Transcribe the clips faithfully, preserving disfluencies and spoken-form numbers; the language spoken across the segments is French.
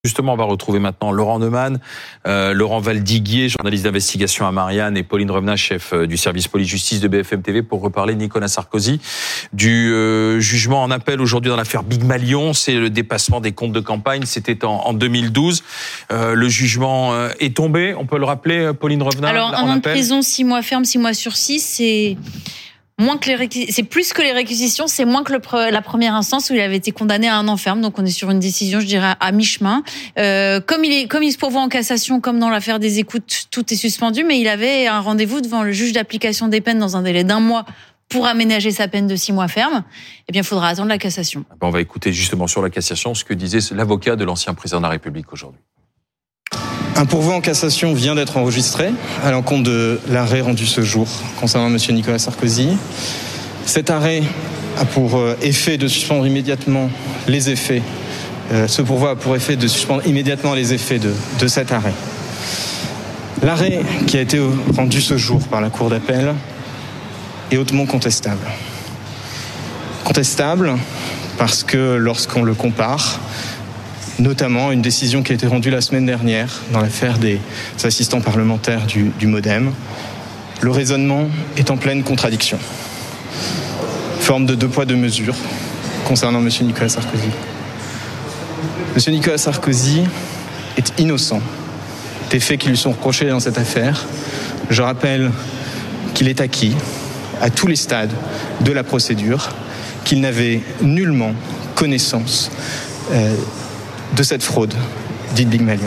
Justement, on va retrouver maintenant Laurent Neumann, euh, Laurent Valdiguier, journaliste d'investigation à Marianne, et Pauline Revenat, chef du service police-justice de B F M T V, pour reparler de Nicolas Sarkozy, du euh, jugement en appel aujourd'hui dans l'affaire Big Malion. C'est le dépassement des comptes de campagne. C'était en, en deux mille douze. Euh, le jugement euh, est tombé. On peut le rappeler, Pauline Revenat. Alors, un an de prison, six mois ferme, six mois sursis, c'est moins que les réquis... c'est plus que les réquisitions, c'est moins que le pre... la première instance où il avait été condamné à un an ferme. Donc on est sur une décision, je dirais, à mi-chemin. Euh, comme il est, comme il se pourvoit en cassation, comme dans l'affaire des écoutes, tout est suspendu, mais il avait un rendez-vous devant le juge d'application des peines dans un délai d'un mois pour aménager sa peine de six mois ferme. Eh bien, il faudra attendre la cassation. On va écouter justement sur la cassation ce que disait l'avocat de l'ancien président de la République aujourd'hui. Un pourvoi en cassation vient d'être enregistré à l'encontre de l'arrêt rendu ce jour concernant M. Nicolas Sarkozy. Cet arrêt a pour effet de suspendre immédiatement les effets. Euh, ce pourvoi a pour effet de suspendre immédiatement les effets de, de cet arrêt. L'arrêt qui a été rendu ce jour par la Cour d'appel est hautement contestable. Contestable parce que lorsqu'on le compare, notamment une décision qui a été rendue la semaine dernière dans l'affaire des assistants parlementaires du, du MoDem. Le raisonnement est en pleine contradiction. Forme de deux poids, deux mesures concernant M. Nicolas Sarkozy. M. Nicolas Sarkozy est innocent des faits qui lui sont reprochés dans cette affaire. Je rappelle qu'il est acquis à tous les stades de la procédure, qu'il n'avait nullement connaissance euh, de cette fraude dite Big Malion.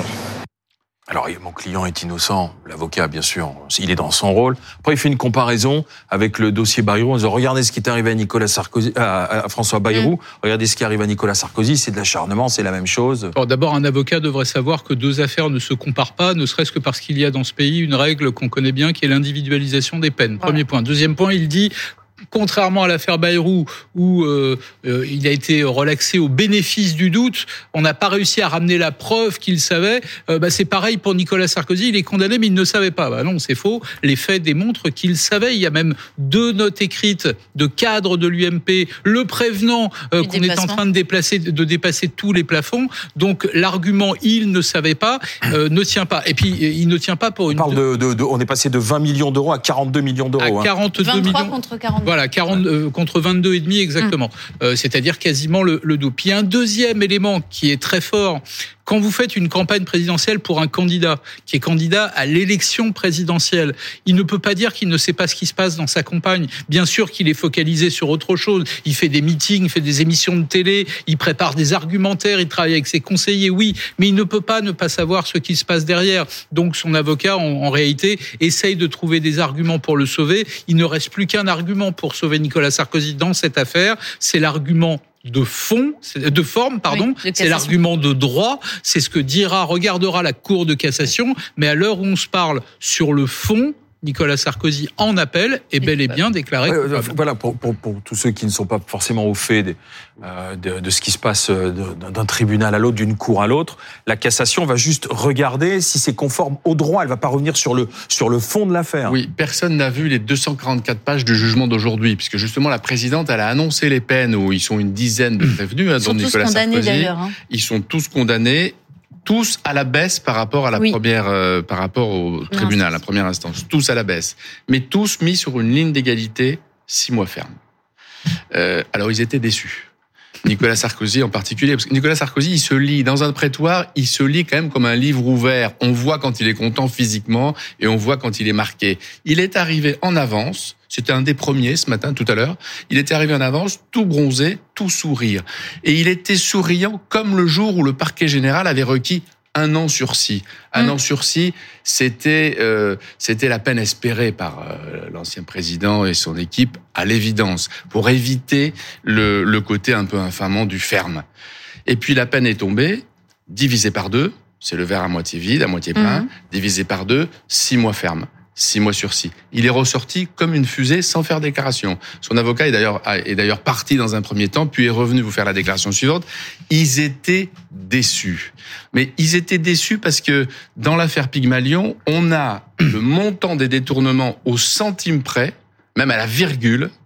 Alors, mon client est innocent, l'avocat, bien sûr, il est dans son rôle. Après, il fait une comparaison avec le dossier Bayrou, en disant, regardez ce qui est arrivé à Nicolas Sarkozy, à, à François Bayrou, mmh. regardez ce qui arrive à Nicolas Sarkozy, c'est de l'acharnement, c'est la même chose. Alors, d'abord, un avocat devrait savoir que deux affaires ne se comparent pas, ne serait-ce que parce qu'il y a dans ce pays une règle qu'on connaît bien, qui est l'individualisation des peines. Premier voilà. point. Deuxième point, il dit, contrairement à l'affaire Bayrou, où euh, euh, il a été relaxé au bénéfice du doute, on n'a pas réussi à ramener la preuve qu'il savait. Euh, bah, c'est pareil pour Nicolas Sarkozy, il est condamné, mais il ne savait pas. Bah non, c'est faux. Les faits démontrent qu'il savait. Il y a même deux notes écrites de cadre de l'U M P, le prévenant euh, qu'on est en train de, déplacer, de dépasser tous les plafonds. Donc l'argument « il ne savait pas euh, » ne tient pas. Et puis, il ne tient pas pour une... On parle de, de, de, on est passé de vingt millions d'euros à quarante-deux millions d'euros. À quarante-deux vingt-trois millions. contre quarante-deux. Voilà, quarante euh, contre vingt-deux et demi exactement. Mmh. Euh, c'est-à-dire quasiment le, le double. Puis il y a un deuxième élément qui est très fort. Quand vous faites une campagne présidentielle pour un candidat qui est candidat à l'élection présidentielle, il ne peut pas dire qu'il ne sait pas ce qui se passe dans sa campagne. Bien sûr qu'il est focalisé sur autre chose. Il fait des meetings, il fait des émissions de télé, il prépare des argumentaires, il travaille avec ses conseillers, oui, mais il ne peut pas ne pas savoir ce qui se passe derrière. Donc son avocat, en, en réalité, essaye de trouver des arguments pour le sauver. Il ne reste plus qu'un argument pour sauver Nicolas Sarkozy dans cette affaire, c'est l'argument de fond, de forme, pardon, oui, c'est l'argument de droit, c'est ce que dira, regardera la Cour de cassation, mais à l'heure où on se parle sur le fond, Nicolas Sarkozy en appel est bel et bien déclaré coupable. Voilà, pour, pour, pour tous ceux qui ne sont pas forcément au fait de, euh, de, de ce qui se passe de, d'un tribunal à l'autre, d'une cour à l'autre, la cassation va juste regarder si c'est conforme au droit, elle ne va pas revenir sur le, sur le fond de l'affaire. Oui, personne n'a vu les deux cent quarante-quatre pages du jugement d'aujourd'hui, puisque justement la présidente, elle a annoncé les peines où ils sont une dizaine de prévenus, hein, dont Nicolas Sarkozy. Hein. Ils sont tous condamnés. Tous à la baisse par rapport à la oui. première, euh, par rapport au première tribunal, instance. la première instance. Tous à la baisse. Mais tous mis sur une ligne d'égalité, six mois ferme. Euh, alors ils étaient déçus. Nicolas Sarkozy en particulier, parce que Nicolas Sarkozy, il se lit dans un prétoire, il se lit quand même comme un livre ouvert. On voit quand il est content physiquement et on voit quand il est marqué. Il est arrivé en avance. C'était un des premiers ce matin, tout à l'heure. Il était arrivé en avance, tout bronzé, tout sourire. Et il était souriant comme le jour où le parquet général avait requis un an sursis. Un mmh. an sursis, c'était euh, c'était la peine espérée par euh, l'ancien président et son équipe, à l'évidence, pour éviter le, le côté un peu infamant du ferme. Et puis la peine est tombée, divisée par deux, c'est le verre à moitié vide, à moitié plein, mmh. divisé par deux, six mois ferme. Six mois sursis. Il est ressorti comme une fusée sans faire déclaration. Son avocat est d'ailleurs, est d'ailleurs parti dans un premier temps, puis est revenu vous faire la déclaration suivante. Ils étaient déçus. Mais ils étaient déçus parce que dans l'affaire Pygmalion, on a le montant des détournements au centime près, même à la virgule,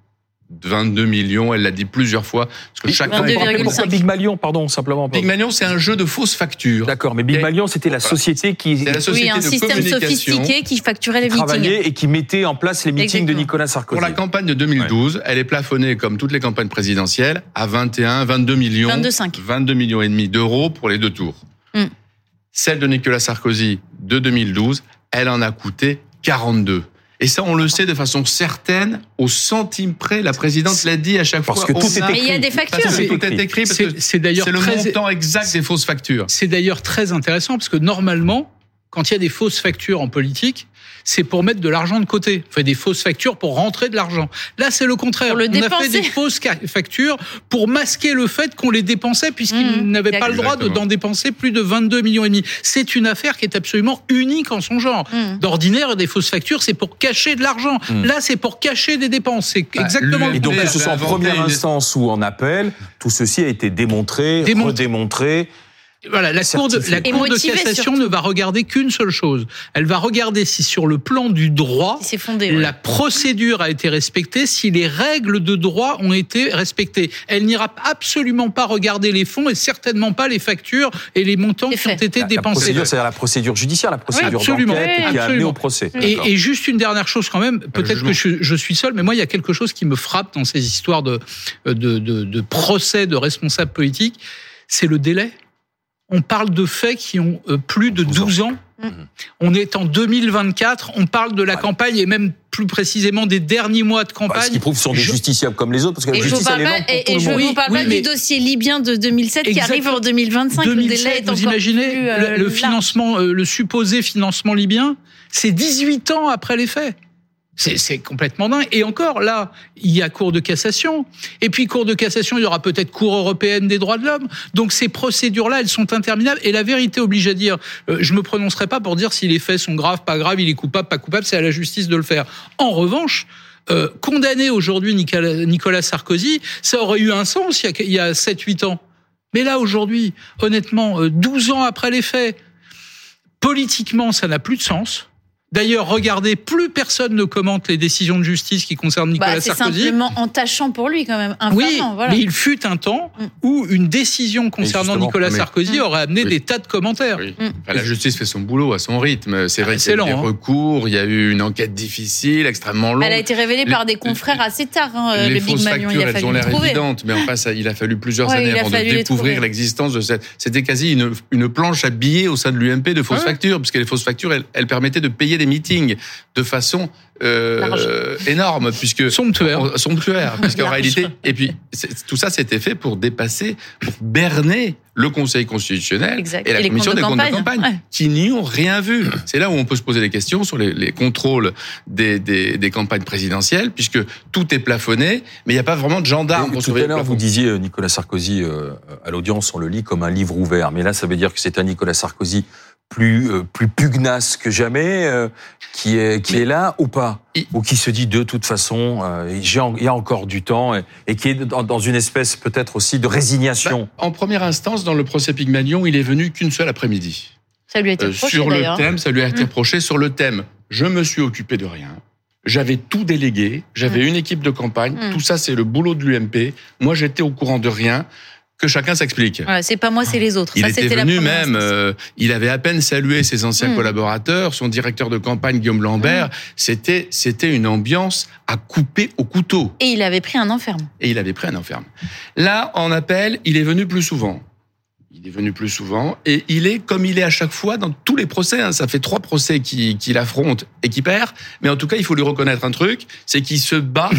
vingt-deux millions, elle l'a dit plusieurs fois. Parce que chaque vingt-deux virgule cinq. Pourquoi Pygmalion, pardon, simplement. Pygmalion, c'est un jeu de fausses factures. D'accord, mais Pygmalion, c'était la société qui... C'est la société oui, un de système communication sophistiqué qui facturait les qui travaillait meetings. et qui mettait en place les meetings Exactement. de Nicolas Sarkozy. Pour la campagne de deux mille douze, ouais. Elle est plafonnée, comme toutes les campagnes présidentielles, à vingt et un, vingt-deux millions, vingt-deux virgule cinq. vingt-deux millions et demi d'euros pour les deux tours. Mm. Celle de Nicolas Sarkozy de deux mille douze, elle en a coûté quarante-deux. Et ça, on le sait de façon certaine, au centime près. La présidente l'a dit à chaque parce fois. Que tout est écrit. Mais il y a des factures. Parce que tout est écrit. Parce c'est, que c'est d'ailleurs c'est le très... montant exact des fausses factures. C'est d'ailleurs très intéressant parce que normalement, quand il y a des fausses factures en politique, c'est pour mettre de l'argent de côté. On fait des fausses factures pour rentrer de l'argent. Là, c'est le contraire. Pour le On dépenser. a fait des fausses factures pour masquer le fait qu'on les dépensait puisqu'ils Mmh, n'avaient pas le droit de, d'en dépenser plus de vingt-deux millions et demi. C'est une affaire qui est absolument unique en son genre. Mmh. D'ordinaire, des fausses factures, c'est pour cacher de l'argent. Mmh. Là, c'est pour cacher des dépenses. C'est bah, exactement. Et donc que ce soit en première une... instance ou en appel, tout ceci a été démontré, Démontré. redémontré. Voilà, la Cour de, la cour de cassation surtout. ne va regarder qu'une seule chose. Elle va regarder si sur le plan du droit, c'est fondé, la ouais. procédure a été respectée, si les règles de droit ont été respectées. Elle n'ira absolument pas regarder les fonds et certainement pas les factures et les montants qui ont été la, dépensés. La procédure, c'est-à-dire la procédure judiciaire, la procédure oui, d'enquête oui, qui a amené au procès. Et, et juste une dernière chose quand même, peut-être que je, je suis seul, mais moi il y a quelque chose qui me frappe dans ces histoires de, de, de, de procès de responsables politiques, c'est le délai. On parle de faits qui ont plus de douze ans. Mmh. On est en deux mille vingt-quatre, on parle de la ouais. campagne et même plus précisément des derniers mois de campagne. Bah, ce qui prouve qu'ils sont des je... justiciables comme les autres, parce que et la justice, elle est lente pour et, tout et le je monde. ne vous parle oui, pas mais... du dossier libyen de deux mille sept exact. Qui arrive en deux mille vingt-cinq. deux mille sept, le délai est vous imaginez plus, euh, le, le financement, euh, le supposé financement libyen, c'est dix-huit ans après les faits. C'est, c'est complètement dingue. Et encore, là, il y a Cour de cassation. Et puis, Cour de cassation, il y aura peut-être Cour européenne des droits de l'homme. Donc, ces procédures-là, elles sont interminables. Et la vérité oblige à dire, euh, je me prononcerai pas pour dire si les faits sont graves, pas graves, il est coupable, pas coupable, c'est à la justice de le faire. En revanche, euh, condamner aujourd'hui Nicolas, Nicolas Sarkozy, ça aurait eu un sens il y a, il y a sept huit ans. Mais là, aujourd'hui, honnêtement, euh, douze ans après les faits, politiquement, ça n'a plus de sens. D'ailleurs, regardez, plus personne ne commente les décisions de justice qui concernent Nicolas bah, c'est Sarkozy. C'est simplement entachant pour lui, quand même. Infamant, oui, voilà. mais il fut un temps où une décision concernant Nicolas Sarkozy mais, aurait amené oui. des tas de commentaires. Oui. Enfin, la justice fait son boulot à son rythme. C'est vrai ah, qu'il y a eu des hein. recours, il y a eu une enquête difficile, extrêmement longue. Elle a été révélée les, par des confrères assez tard, hein, les le Big Malion. Il a fallu elles ont l'air trouver. évidentes, mais en face, il a fallu plusieurs ouais, années avant de découvrir l'existence de cette... C'était quasi une, une planche à billets au sein de l'U M P de fausses ouais. factures, puisque les fausses factures, elles, elles permettaient de payer des meetings de façon euh, énorme, puisque somptuaire, somptuaire, puisqu'en réalité, et puis tout ça, c'était fait pour dépasser, pour berner le Conseil constitutionnel exact. et la et Commission des comptes de campagne, ouais. qui n'y ont rien vu. C'est là où on peut se poser des questions sur les, les contrôles des, des, des campagnes présidentielles, puisque tout est plafonné, mais il n'y a pas vraiment de gendarmes. Tout à l'heure, vous disiez Nicolas Sarkozy euh, à l'audience, on le lit comme un livre ouvert, mais là, ça veut dire que c'est un Nicolas Sarkozy plus euh, plus pugnace que jamais, euh, qui est qui mais, est là ou pas, il, ou qui se dit de toute façon, euh, j'ai il y a encore du temps, et, et qui est dans, dans une espèce peut-être aussi de résignation. Bah, en première instance, dans le procès Pygmalion, il est venu qu'une seule après-midi. Ça lui a été reproché, euh, sur le d'ailleurs. thème, ça lui a été reproché mmh. sur le thème. Je me suis occupé de rien. J'avais tout délégué, j'avais mmh. une équipe de campagne. Mmh. Tout ça, c'est le boulot de l'U M P. Moi, j'étais au courant de rien. Que chacun s'explique. Voilà, c'est pas moi, c'est les autres. Il ça, était c'était venu même, euh, il avait à peine salué ses anciens mmh. collaborateurs, son directeur de campagne Guillaume Lambert. Mmh. C'était, c'était une ambiance à couper au couteau. Et il avait pris un enferme. Et il avait pris un enferme. Là, en appel, il est venu plus souvent. Il est venu plus souvent et il est comme il est à chaque fois dans tous les procès. Hein, ça fait trois procès qu'il, qu'il affronte et qu'il perd. Mais en tout cas, il faut lui reconnaître un truc, c'est qu'il se bat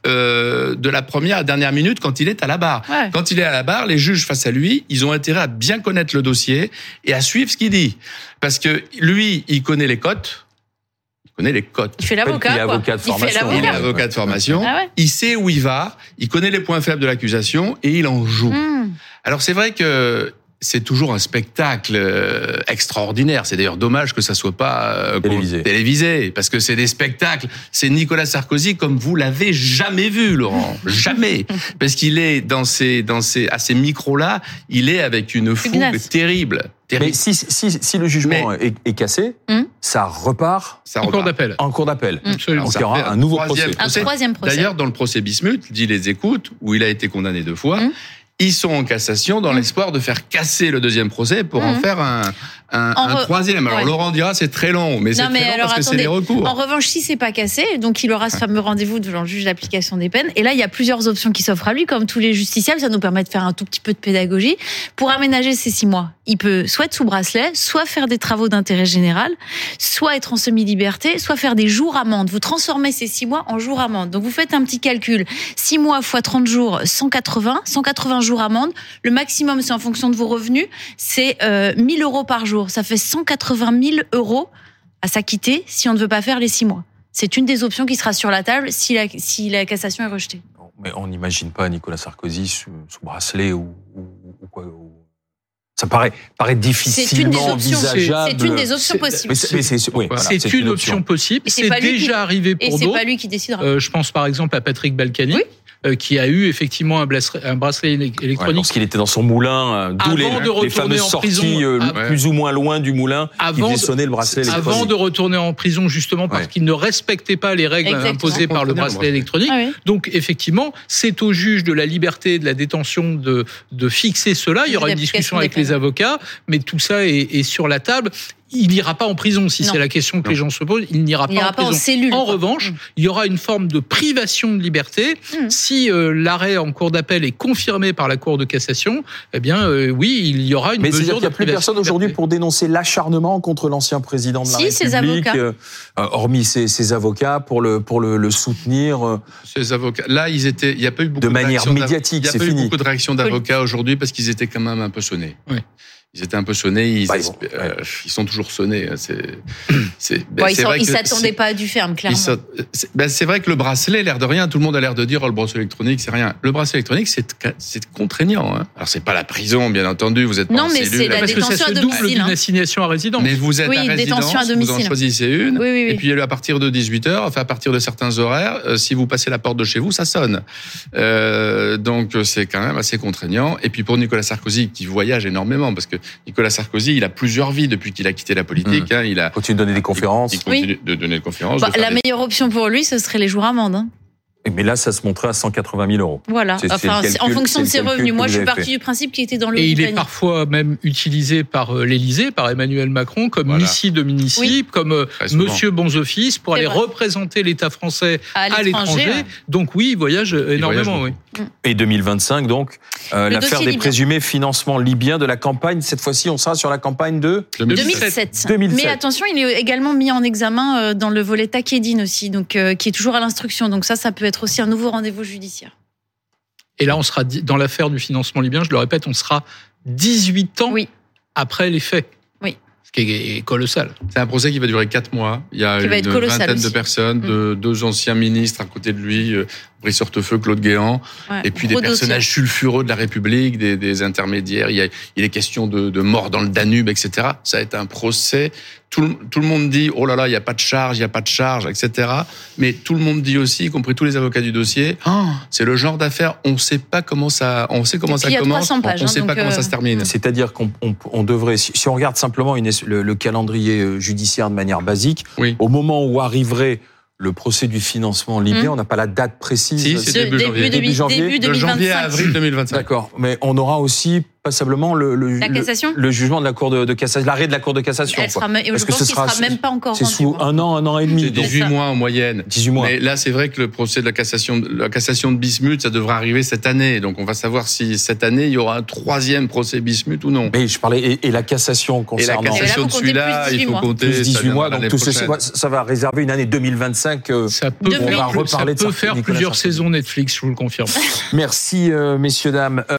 euh, de la première à la dernière minute quand il est à la barre. Ouais. Quand il est à la barre, les juges face à lui, ils ont intérêt à bien connaître le dossier et à suivre ce qu'il dit. Parce que lui, il connaît les cotes. Il connaît les cotes. Il fait l'avocat, il est quoi. avocat de formation. Il, fait l'avocat. il est avocat de formation. Ah ouais. Il sait où il va. Il connaît les points faibles de l'accusation et il en joue. Mmh. Alors c'est vrai que c'est toujours un spectacle extraordinaire. C'est d'ailleurs dommage que ça soit pas télévisé. télévisé, parce que c'est des spectacles. C'est Nicolas Sarkozy comme vous l'avez jamais vu, Laurent, jamais, parce qu'il est dans ces, dans ces, à ces micros-là, il est avec une fougue terrible. Mais si, si, si le jugement mais, est, est cassé, hum. ça repart ça en cours d'appel. En cours d'appel. Hum. Donc il y aura un, un nouveau procès. procès. Un troisième procès. D'ailleurs, dans le procès Bismuth, dit les écoutes, où il a été condamné deux fois, hum. ils sont en cassation dans mmh. l'espoir de faire casser le deuxième procès pour mmh. en faire un, un, un re... troisième. Alors ouais. Laurent dira c'est très long, mais c'est non, mais très long alors, parce attendez, que c'est les recours. En revanche, si c'est pas cassé, donc il aura ce fameux rendez-vous devant le juge d'application des peines. Et là, il y a plusieurs options qui s'offrent à lui, comme tous les justiciables. Ça nous permet de faire un tout petit peu de pédagogie. Pour aménager ces six mois, il peut soit être sous bracelet, soit faire des travaux d'intérêt général, soit être en semi-liberté, soit faire des jours amende. Vous transformez ces six mois en jours amende. Donc vous faites un petit calcul. six mois fois trente jours, cent quatre-vingts. cent quatre-vingts jours amende. Le maximum, c'est en fonction de vos revenus, c'est euh, mille euros par jour. Ça fait cent quatre-vingt mille euros à s'acquitter si on ne veut pas faire les six mois. C'est une des options qui sera sur la table si la, si la cassation est rejetée. Mais on n'imagine pas Nicolas Sarkozy sous, sous bracelet ou, ou, ou quoi ou... Ça paraît, paraît difficilement envisageable. C'est une des options possibles. C'est, c'est, c'est, oui, voilà, c'est, c'est une, une option, option possible. C'est, c'est déjà qui, arrivé pour et d'autres. Et c'est pas lui qui décidera. Euh, je pense par exemple à Patrick Balkany. Oui. Qui a eu effectivement un bracelet, un bracelet électronique. Ouais, lorsqu'il était dans son moulin, d'où les, les fameuses sorties prison, euh, plus ou moins loin du moulin, avant qui faisait sonner le bracelet électronique. Avant de retourner en prison, justement, parce ouais. qu'il ne respectait pas les règles Exactement. imposées par le bracelet électronique. Ah oui. Donc, effectivement, c'est au juge de la liberté et de la détention de, de fixer cela. Il y aura une discussion avec les avocats, mais tout ça est, est sur la table. Il n'ira pas en prison, si non. c'est la question que non. les gens se posent. Il n'ira il pas en pas prison. En, cellule, en revanche, mmh. il y aura une forme de privation de liberté. Mmh. Si euh, l'arrêt en cour d'appel est confirmé par la Cour de cassation, eh bien, euh, oui, il y aura une Mais mesure de privation. Mais c'est-à-dire qu'il n'y a plus personne aujourd'hui pour dénoncer l'acharnement contre l'ancien président de la si, République. Ses avocats. Euh, hormis ses, ses avocats, pour le pour le, le soutenir. Euh, ses avocats. Là, ils étaient. Il n'y a pas eu beaucoup de, de manière médiatique. Il n'y a pas eu beaucoup de réactions d'avocats aujourd'hui parce qu'ils étaient quand même un peu sonnés. Oui. Ils étaient un peu sonnés, ils, bah, espé- euh, ouais. ils sont toujours sonnés. C'est, c'est, ben, ouais, c'est ils vrai ne que s'attendaient pas à du ferme, clairement. C'est, ben, c'est vrai que le bracelet, l'air de rien, tout le monde a l'air de dire oh, le bracelet électronique, c'est rien. Le bracelet électronique, c'est, c'est contraignant. Hein. Alors, c'est pas la prison, bien entendu, vous êtes pas non, en mais cellule. c'est la parce détention que ça à se domicile. double d'une assignation à résidence. Mais vous êtes oui, à résidence, à vous en choisissez une, oui, oui, oui. et puis à partir de dix-huit heures, enfin à partir de certains horaires, euh, si vous passez la porte de chez vous, ça sonne. Euh, donc, c'est quand même assez contraignant. Et puis pour Nicolas Sarkozy, qui voyage énormément, parce que Nicolas Sarkozy, il a plusieurs vies depuis qu'il a quitté la politique. Mmh. Hein, il a continue de donner des conférences. Il, il continue oui. de donner des conférences. Bah, de la des... meilleure option pour lui, ce serait les jours amendes. Hein. Mais là, ça se montrait à cent quatre-vingt mille euros. Voilà. C'est, enfin, c'est calcul, en fonction de ses revenus. Moi, je suis partie fait. du principe qu'il était dans le. Et il est parfois même utilisé par l'Élysée, par Emmanuel Macron, comme voilà. Missi Dominici, oui. comme Monsieur Bons Office, pour c'est aller vrai. représenter l'État français à l'étranger. À l'étranger. Ouais. Donc oui, il voyage il énormément. Voyage oui. Et deux mille vingt-cinq, donc, euh, l'affaire des libyen. présumés financements libyens de la campagne. Cette fois-ci, on sera sur la campagne de deux mille sept. deux mille sept. Mais attention, il est également mis en examen dans le volet Takedine aussi, donc euh, qui est toujours à l'instruction. Donc ça, ça peut être aussi un nouveau rendez-vous judiciaire. Et là, on sera dans l'affaire du financement libyen, je le répète, on sera dix-huit ans oui. après les faits. Oui. Ce qui est colossal. C'est un procès qui va durer quatre mois. Il y a qui une vingtaine aussi. de personnes, mmh. de, deux anciens ministres à côté de lui, Brice Hortefeux, Claude Guéant, ouais, et puis des personnages dossier. sulfureux de la République, des, des intermédiaires. Il y a, il est question de, de mort dans le Danube, et cetera. Ça a été un procès. Tout le, tout le monde dit oh là là, il y a pas de charge, il y a pas de charge, et cetera. Mais tout le monde dit aussi, y compris tous les avocats du dossier, oh, c'est le genre d'affaire, on sait pas comment ça, on sait comment ça commence, pages, on, on sait hein, pas comment euh... ça se termine. C'est-à-dire qu'on on, on devrait, si, si on regarde simplement une, le, le calendrier judiciaire de manière basique, oui. au moment où arriverait le procès du financement libyen, mmh. on n'a pas la date précise. Si, c'est début, début janvier. Début, janvier. Début de janvier à avril deux mille vingt-cinq. D'accord, mais on aura aussi passablement le, le, la cassation le, le jugement de la Cour de, de cassation, l'arrêt de la Cour de cassation. Elle sera, Parce je que pense ce sera, sera même pas encore c'est sous un an, un an et demi. C'est dix-huit mois en moyenne. dix-huit mois. Mais là, c'est vrai que le procès de la cassation, la cassation de Bismuth, ça devrait arriver cette année. Donc, on va savoir si cette année, il y aura un troisième procès Bismuth ou non. Mais je parlais, et, et la cassation concernant. Et la cassation de celui-là, il faut compter. Plus dix-huit mois, donc tout ceci, ça va réserver une année deux mille vingt-cinq. Ça peut, on va reparler de ça. Ça peut faire plusieurs saisons Netflix, je vous le confirme. Merci, messieurs, dames.